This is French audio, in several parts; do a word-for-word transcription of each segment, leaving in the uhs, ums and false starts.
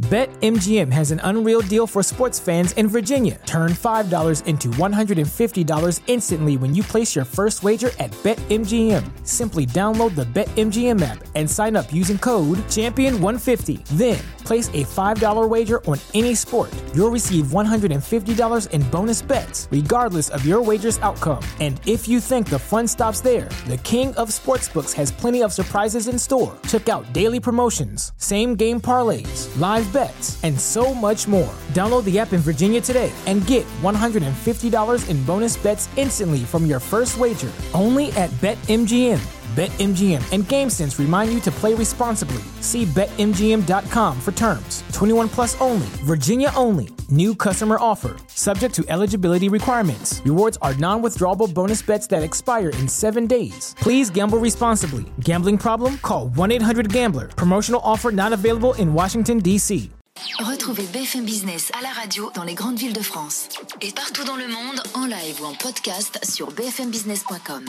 BetMGM has an unreal deal for sports fans in Virginia. Turn five dollars into one hundred fifty dollars instantly when you place your first wager at BetMGM. Simply download the BetMGM app and sign up using code champion one fifty. Then, place a five dollars wager on any sport. You'll receive one hundred fifty dollars in bonus bets, regardless of your wager's outcome. And if you think the fun stops there, the King of Sportsbooks has plenty of surprises in store. Check out daily promotions, same-game parlays, live bets, and so much more. Download the app in Virginia today and get one hundred fifty dollars in bonus bets instantly from your first wager. Only at BetMGM. BetMGM and GameSense remind you to play responsibly. See Bet M G M dot com for terms. twenty-one plus only. Virginia only. New customer offer. Subject to eligibility requirements. Rewards are non-withdrawable bonus bets that expire in seven days. Please gamble responsibly. Gambling problem? Call one eight hundred gambler. Promotional offer not available in Washington, D C Retrouvez B F M Business à la radio dans les grandes villes de France et partout dans le monde en live ou en podcast sur b f m business point com.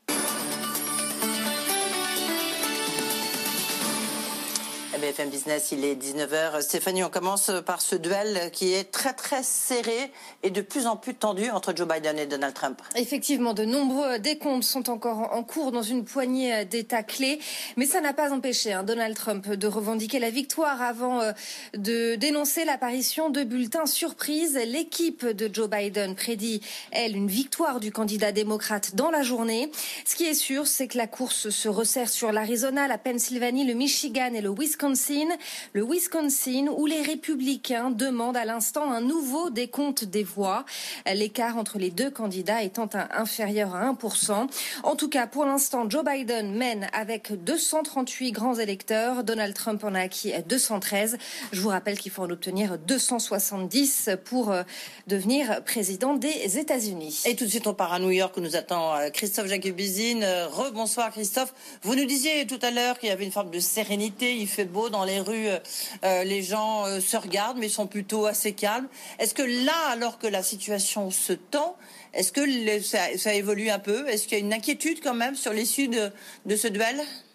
B F M Business, il est dix-neuf heures. Stéphanie, on commence par ce duel qui est très très serré et de plus en plus tendu entre Joe Biden et Donald Trump. Effectivement, de nombreux décomptes sont encore en cours dans une poignée d'États clés, mais ça n'a pas empêché hein, Donald Trump de revendiquer la victoire avant euh, de dénoncer l'apparition de bulletins surprises. L'équipe de Joe Biden prédit, elle, une victoire du candidat démocrate dans la journée. Ce qui est sûr, c'est que la course se resserre sur l'Arizona, la Pennsylvanie, le Michigan et le Wisconsin. Le Wisconsin, où les républicains demandent à l'instant un nouveau décompte des voix, l'écart entre les deux candidats étant inférieur à un pour cent. En tout cas, pour l'instant, Joe Biden mène avec deux cent trente-huit grands électeurs. Donald Trump en a acquis deux cent treize. Je vous rappelle qu'il faut en obtenir deux cent soixante-dix pour devenir président des États-Unis. Et tout de suite, on part à New York où nous attend Christophe Jacobizine. Rebonsoir Christophe. Vous nous disiez tout à l'heure qu'il y avait une forme de sérénité, il fait beau dans les rues, euh, les gens euh, se regardent mais sont plutôt assez calmes. Est-ce que là, alors que la situation se tend, est-ce que le, ça, ça évolue un peu? Est-ce qu'il y a une inquiétude quand même sur l'issue de, de ce duel?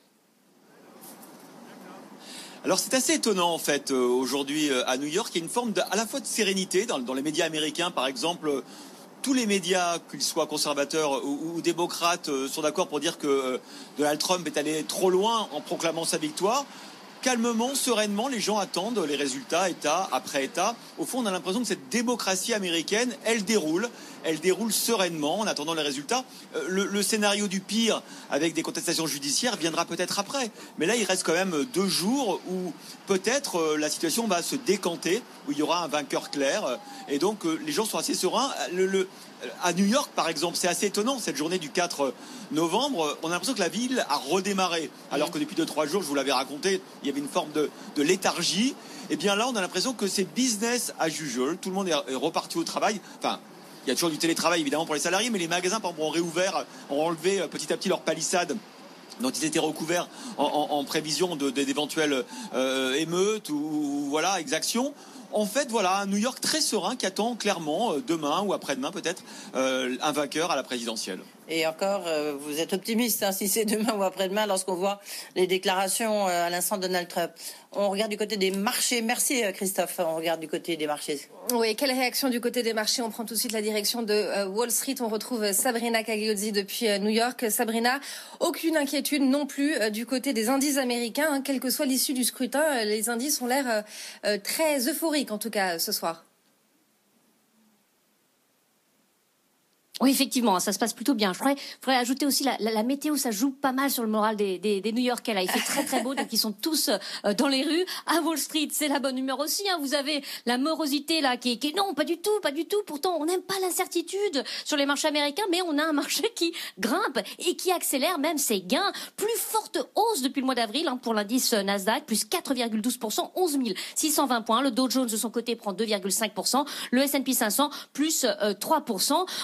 Alors c'est assez étonnant en fait euh, aujourd'hui euh, à New York, il y a une forme de, à la fois de sérénité dans, dans les médias américains par exemple. Euh, tous les médias, qu'ils soient conservateurs ou, ou démocrates, euh, sont d'accord pour dire que euh, Donald Trump est allé trop loin en proclamant sa victoire. Calmement, sereinement, les gens attendent les résultats, État après État. Au fond, on a l'impression que cette démocratie américaine, elle déroule. Elle déroule sereinement en attendant les résultats. Le, le scénario du pire, avec des contestations judiciaires, viendra peut-être après. Mais là, il reste quand même deux jours où peut-être la situation va se décanter, où il y aura un vainqueur clair. Et donc, les gens sont assez sereins. Le, le, à New York, par exemple, c'est assez étonnant. Cette journée du quatre novembre, on a l'impression que la ville a redémarré. Alors que depuis deux trois jours, je vous l'avais raconté, il y avait une forme de, de léthargie. Et bien là, on a l'impression que c'est business as usual. Tout le monde est reparti au travail. Enfin, il y a toujours du télétravail, évidemment, pour les salariés, mais les magasins, par exemple, ont réouvert, ont enlevé petit à petit leurs palissades dont ils étaient recouverts en, en, en prévision de, d'éventuelles euh, émeutes ou, ou voilà, exactions. En fait, voilà, un New York très serein qui attend clairement, euh, demain ou après-demain peut-être, euh, un vainqueur à la présidentielle. Et encore, euh, vous êtes optimiste hein, si c'est demain ou après-demain lorsqu'on voit les déclarations euh, à l'instant de Donald Trump. On regarde du côté des marchés. Merci Christophe, on regarde du côté des marchés. Oui, quelle réaction du côté des marchés? On prend tout de suite la direction de euh, Wall Street. On retrouve Sabrina Cagliozzi depuis euh, New York. Sabrina, aucune inquiétude non plus euh, du côté des indices américains. Hein, quelle que soit l'issue du scrutin, euh, les indices ont l'air euh, euh, très euphoriques en tout cas ce soir. Oui, effectivement, ça se passe plutôt bien. Je voudrais, voudrais ajouter aussi la, la, la météo, ça joue pas mal sur le moral des, des, des New-Yorkais. Là, il fait très très beau, donc ils sont tous euh, dans les rues. À Wall Street, c'est la bonne humeur aussi. Hein. Vous avez la morosité là, qui, qui non, pas du tout, pas du tout. Pourtant, on n'aime pas l'incertitude sur les marchés américains, mais on a un marché qui grimpe et qui accélère même ses gains. Plus forte hausse depuis le mois d'avril hein, pour l'indice Nasdaq, plus quatre virgule douze pour cent, onze mille six cent vingt points. Le Dow Jones de son côté prend deux virgule cinq pour cent. Le S and P cinq cents plus euh, trois pour cent. Euh,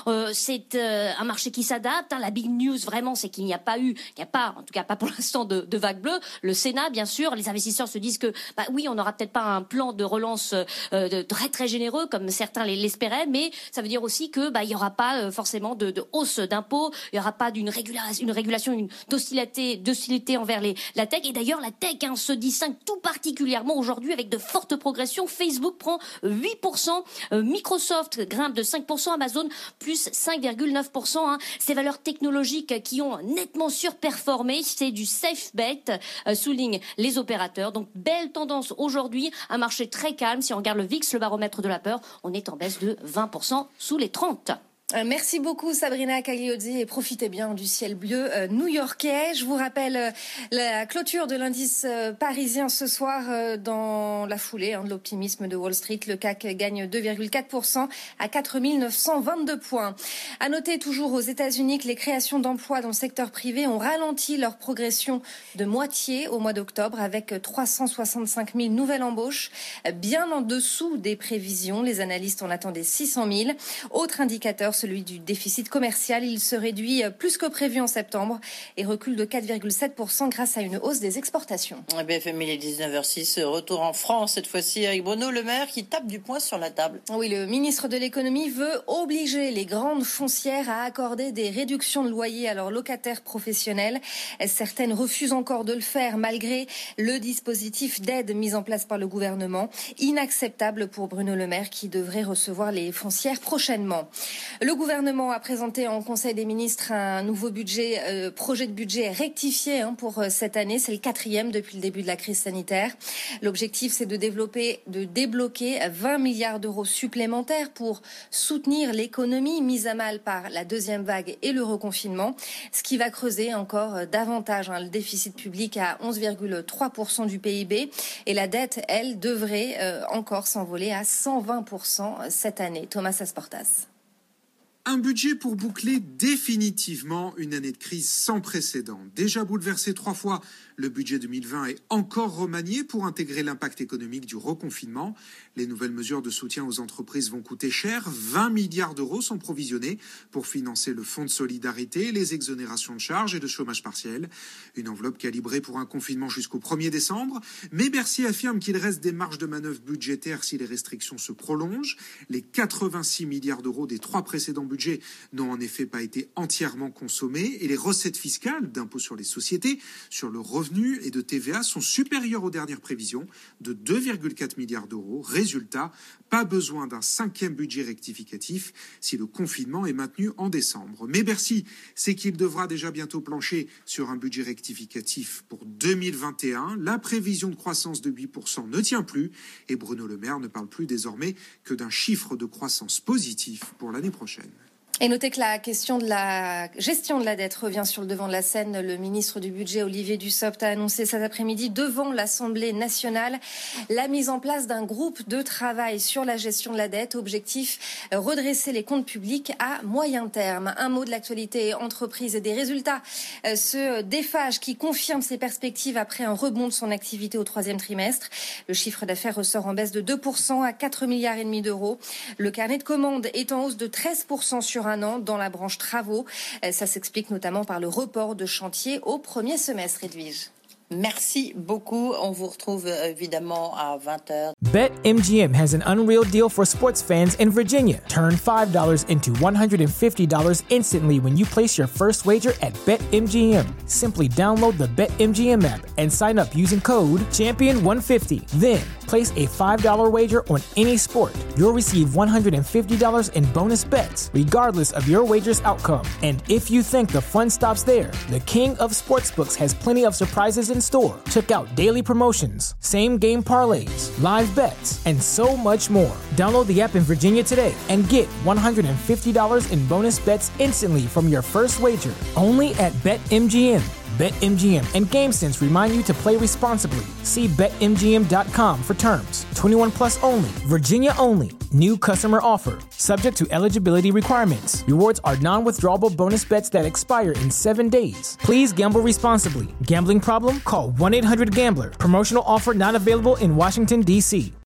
c'est euh, un marché qui s'adapte. Hein. La big news, vraiment, c'est qu'il n'y a pas eu, il n'y a pas, en tout cas pas pour l'instant, de, de vague bleue. Le Sénat, bien sûr, les investisseurs se disent que, bah oui, on n'aura peut-être pas un plan de relance euh, de, très très généreux comme certains l'espéraient, mais ça veut dire aussi que bah il y aura pas euh, forcément de, de hausse d'impôts, il y aura pas d'une régulation, une régulation, une docilité, docilité envers les, la tech. Et d'ailleurs, la tech hein, se distingue tout particulièrement aujourd'hui avec de fortes progressions. Facebook prend huit pour cent, euh, Microsoft grimpe de cinq pour cent, Amazon plus cinq virgule neuf pour cent. Hein. Ces valeurs technologiques qui ont nettement surperformé, c'est du safe bet, euh, soulignent les opérateurs. Donc belle tendance aujourd'hui, un marché très calme. Si on regarde le V I X, le baromètre de la peur, on est en baisse de vingt pour cent sous les trente. Merci beaucoup Sabrina Cagliozzi et profitez bien du ciel bleu euh, new-yorkais. Je vous rappelle euh, la clôture de l'indice euh, parisien ce soir euh, dans la foulée hein, de l'optimisme de Wall Street. Le C A C gagne deux virgule quatre pour cent à quatre mille neuf cent vingt-deux points. À noter toujours aux États-Unis que les créations d'emplois dans le secteur privé ont ralenti leur progression de moitié au mois d'octobre avec trois cent soixante-cinq mille nouvelles embauches, bien en dessous des prévisions. Les analystes en attendaient six cent mille. Autre indicateur, celui du déficit commercial. Il se réduit plus que prévu en septembre et recule de quatre virgule sept pour cent grâce à une hausse des exportations. B F M, il est dix-neuf heures six, retour en France cette fois-ci avec Bruno Le Maire qui tape du poing sur la table. Oui, le ministre de l'économie veut obliger les grandes foncières à accorder des réductions de loyer à leurs locataires professionnels. Certaines refusent encore de le faire malgré le dispositif d'aide mis en place par le gouvernement. Inacceptable pour Bruno Le Maire qui devrait recevoir les foncières prochainement. Le gouvernement a présenté en Conseil des ministres un nouveau budget, euh, projet de budget rectifié hein, pour euh, cette année. C'est le quatrième depuis le début de la crise sanitaire. L'objectif, c'est de développer, de débloquer vingt milliards d'euros supplémentaires pour soutenir l'économie mise à mal par la deuxième vague et le reconfinement, ce qui va creuser encore davantage hein, le déficit public à onze virgule trois pour cent du P I B et la dette, elle, devrait euh, encore s'envoler à cent vingt pour cent cette année. Thomas Asportas. Un budget pour boucler définitivement une année de crise sans précédent. Déjà bouleversé trois fois, le budget deux mille vingt est encore remanié pour intégrer l'impact économique du reconfinement. Les nouvelles mesures de soutien aux entreprises vont coûter cher. vingt milliards d'euros sont provisionnés pour financer le fonds de solidarité, les exonérations de charges et de chômage partiel. Une enveloppe calibrée pour un confinement jusqu'au premier décembre. Mais Bercy affirme qu'il reste des marges de manœuvre budgétaires si les restrictions se prolongent. Les quatre-vingt-six milliards d'euros des trois précédents budgets n'ont en effet pas été entièrement consommés et les recettes fiscales d'impôts sur les sociétés, sur le revenu et de T V A sont supérieures aux dernières prévisions de deux virgule quatre milliards d'euros. Résultat, pas besoin d'un cinquième budget rectificatif si le confinement est maintenu en décembre. Mais Bercy sait qu'il devra déjà bientôt plancher sur un budget rectificatif pour deux mille vingt et un. La prévision de croissance de huit pour cent ne tient plus et Bruno Le Maire ne parle plus désormais que d'un chiffre de croissance positif pour l'année prochaine. Et notez que la question de la gestion de la dette revient sur le devant de la scène. Le ministre du Budget, Olivier Dussopt, a annoncé cet après-midi devant l'Assemblée nationale la mise en place d'un groupe de travail sur la gestion de la dette. Objectif, redresser les comptes publics à moyen terme. Un mot de l'actualité entreprise et des résultats. Ce Défage qui confirme ses perspectives après un rebond de son activité au troisième trimestre. Le chiffre d'affaires ressort en baisse de deux pour cent à quatre milliards et demi d'euros. Le carnet de commandes est en hausse de treize pour cent sur un an dans la branche travaux. Ça s'explique notamment par le report de chantier au premier semestre, Edwige. Merci beaucoup. On vous retrouve évidemment à vingt heures. BetMGM has an unreal deal for sports fans in Virginia. Turn five dollars into one hundred fifty dollars instantly when you place your first wager at BetMGM. Simply download the BetMGM app and sign up using code champion one fifty. Then, place a five dollars wager on any sport. You'll receive one hundred fifty dollars in bonus bets, regardless of your wager's outcome. And if you think the fun stops there, the king of sportsbooks has plenty of surprises in store. Check out daily promotions, same game parlays, live bets, and so much more. Download the app in Virginia today and get one hundred fifty dollars in bonus bets instantly from your first wager. Only at BetMGM. BetMGM and GameSense remind you to play responsibly. See Bet M G M dot com for terms. twenty-one plus only. Virginia only. New customer offer. Subject to eligibility requirements. Rewards are non-withdrawable bonus bets that expire in seven days. Please gamble responsibly. Gambling problem? Call one eight hundred gambler. Promotional offer not available in Washington, D C